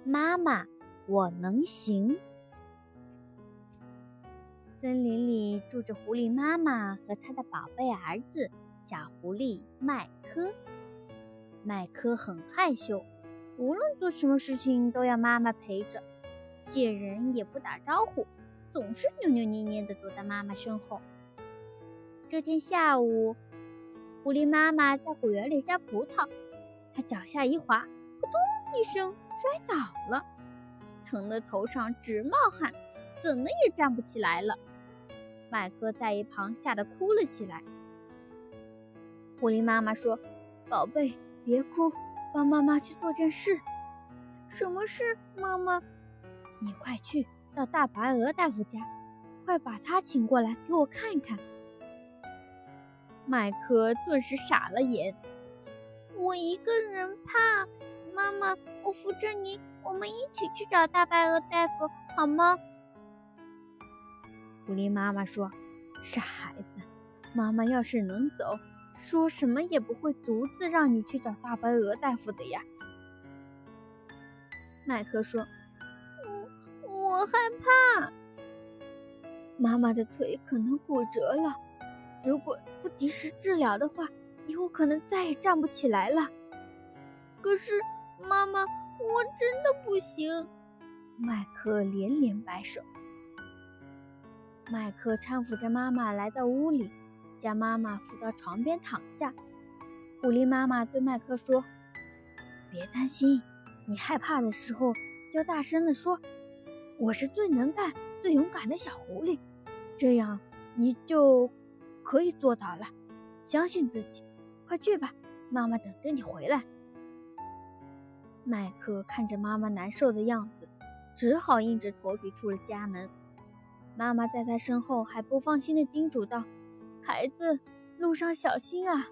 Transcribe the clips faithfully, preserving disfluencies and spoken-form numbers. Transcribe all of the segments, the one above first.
妈妈，我能行。森林里住着狐狸妈妈和她的宝贝儿子小狐狸麦科。麦科很害羞，无论做什么事情都要妈妈陪着，见人也不打招呼，总是扭扭捏捏地躲在妈妈身后。这天下午，狐狸妈妈在果园里摘葡萄，她脚下一滑，扑通一声摔倒了，疼得头上直冒汗，怎么也站不起来了。麦科在一旁吓得哭了起来。狐狸妈妈说：“宝贝，别哭，帮妈妈去做件事。”“什么事，妈妈？”“你快去到大白鹅大夫家，快把他请过来给我看看。”麦科顿时傻了眼。“我一个人怕，妈妈，我扶着你，我们一起去找大白鹅大夫好吗？”狐狸妈妈说：“傻孩子，妈妈要是能走，说什么也不会独自让你去找大白鹅大夫的呀。”麦克说：“嗯，我害怕，妈妈的腿可能骨折了，如果不及时治疗的话，以后可能再也站不起来了。”“可是，妈妈，我真的不行。”麦克连连摆手。麦克搀扶着妈妈来到屋里，将妈妈扶到床边躺下。狐狸妈妈对麦克说：“别担心，你害怕的时候就大声地说，我是最能干、最勇敢的小狐狸，这样你就可以做到了。相信自己，快去吧，妈妈等着你回来。”麦克看着妈妈难受的样子，只好硬着头皮出了家门。妈妈在他身后还不放心地叮嘱道：“孩子，路上小心啊！”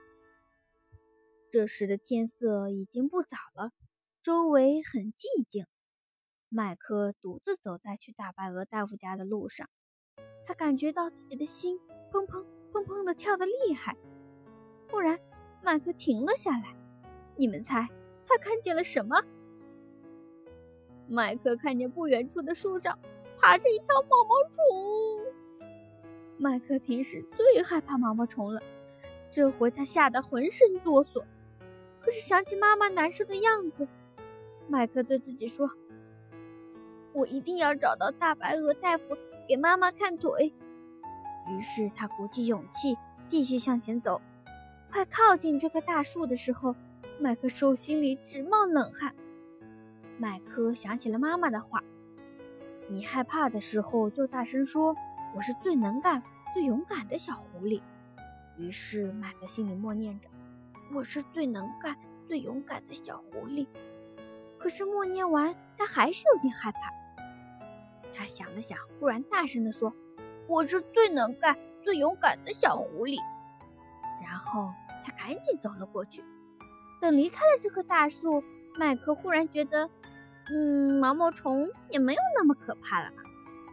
这时的天色已经不早了，周围很寂静。麦克独自走在去大白鹅大夫家的路上，他感觉到自己的心砰砰砰砰地跳得厉害。忽然，麦克停了下来。你们猜，他看见了什么？麦克看见不远处的树上爬着一条毛毛虫。麦克平时最害怕毛毛虫了，这回他吓得浑身哆嗦。可是想起妈妈难受的样子，麦克对自己说：“我一定要找到大白鹅大夫，给妈妈看腿。”于是他鼓起勇气继续向前走。快靠近这棵大树的时候，麦克手心里直冒冷汗。麦克想起了妈妈的话：“你害怕的时候就大声说，我是最能干、最勇敢的小狐狸。”于是麦克心里默念着：“我是最能干、最勇敢的小狐狸。”可是默念完，他还是有点害怕。他想了想，忽然大声地说：“我是最能干、最勇敢的小狐狸。”然后他赶紧走了过去。等离开了这棵大树，麦克忽然觉得，嗯，毛毛虫也没有那么可怕了吧。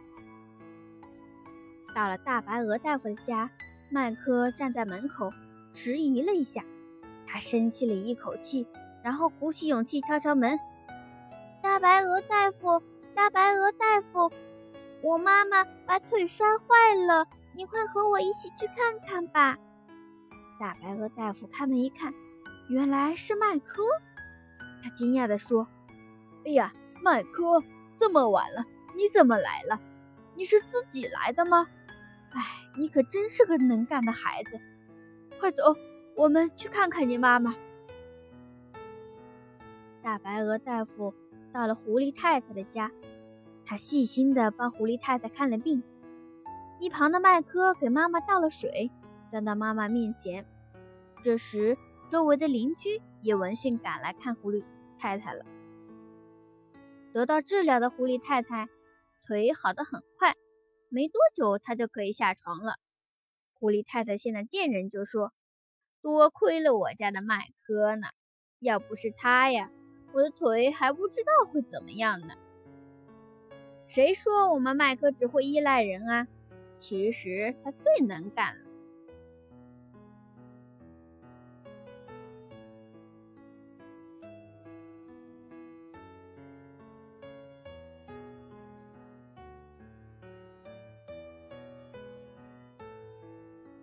到了大白鹅大夫的家，麦克站在门口，迟疑了一下。他深吸了一口气，然后鼓起勇气敲敲门：“大白鹅大夫，大白鹅大夫，我妈妈把腿摔坏了，你快和我一起去看看吧。”大白鹅大夫开门一看，原来是麦克。他惊讶地说：“哎呀，麦克，这么晚了，你怎么来了？你是自己来的吗？哎，你可真是个能干的孩子。快走，我们去看看你妈妈。”大白鹅大夫到了狐狸太太的家，他细心地帮狐狸太太看了病。一旁的麦克给妈妈倒了水，端到妈妈面前。这时，周围的邻居也闻讯赶来看狐狸太太了。得到治疗的狐狸太太腿好得很快，没多久她就可以下床了。狐狸太太现在见人就说：“多亏了我家的麦克呢，要不是他呀，我的腿还不知道会怎么样呢。”谁说我们麦克只会依赖人啊？其实他最能干了。